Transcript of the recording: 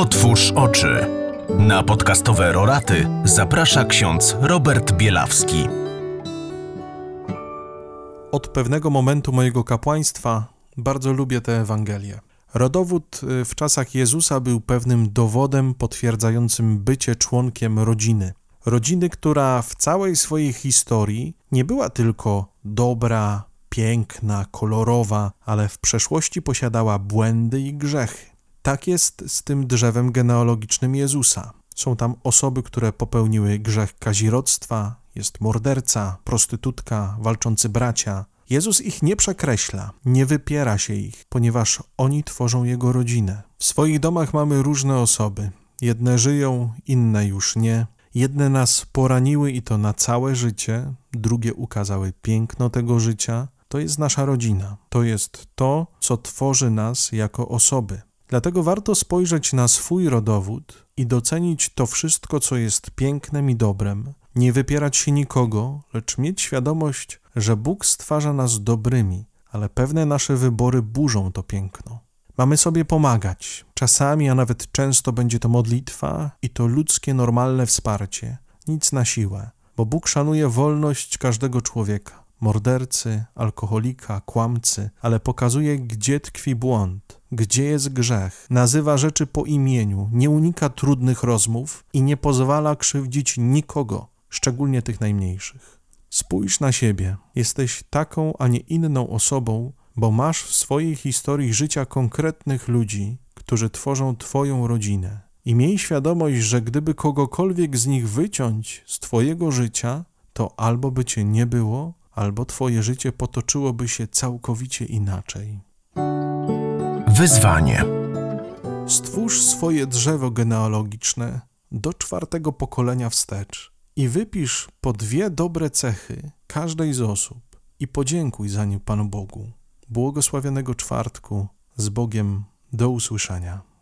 Otwórz oczy. Na podcastowe roraty zaprasza ksiądz Robert Bielawski. Od pewnego momentu mojego kapłaństwa bardzo lubię tę Ewangelię. Rodowód w czasach Jezusa był pewnym dowodem potwierdzającym bycie członkiem rodziny. Rodziny, która w całej swojej historii nie była tylko dobra, piękna, kolorowa, ale w przeszłości posiadała błędy i grzechy. Tak jest z tym drzewem genealogicznym Jezusa. Są tam osoby, które popełniły grzech kazirodztwa, jest morderca, prostytutka, walczący bracia. Jezus ich nie przekreśla, nie wypiera się ich, ponieważ oni tworzą Jego rodzinę. W swoich domach mamy różne osoby. Jedne żyją, inne już nie. Jedne nas poraniły i to na całe życie, drugie ukazały piękno tego życia. To jest nasza rodzina. To jest to, co tworzy nas jako osoby. Dlatego warto spojrzeć na swój rodowód i docenić to wszystko, co jest pięknem i dobrem. Nie wypierać się nikogo, lecz mieć świadomość, że Bóg stwarza nas dobrymi, ale pewne nasze wybory burzą to piękno. Mamy sobie pomagać. Czasami, a nawet często będzie to modlitwa i to ludzkie, normalne wsparcie. Nic na siłę, bo Bóg szanuje wolność każdego człowieka. Mordercy, alkoholika, kłamcy, ale pokazuje, gdzie tkwi błąd, gdzie jest grzech. Nazywa rzeczy po imieniu, nie unika trudnych rozmów i nie pozwala krzywdzić nikogo, szczególnie tych najmniejszych. Spójrz na siebie. Jesteś taką, a nie inną osobą, bo masz w swojej historii życia konkretnych ludzi, którzy tworzą twoją rodzinę. I miej świadomość, że gdyby kogokolwiek z nich wyciąć z twojego życia, to albo by cię nie było, albo twoje życie potoczyłoby się całkowicie inaczej. Wyzwanie. Stwórz swoje drzewo genealogiczne do 4. pokolenia wstecz i wypisz po 2 dobre cechy każdej z osób i podziękuj za nie Panu Bogu. Błogosławionego czwartku, z Bogiem, do usłyszenia.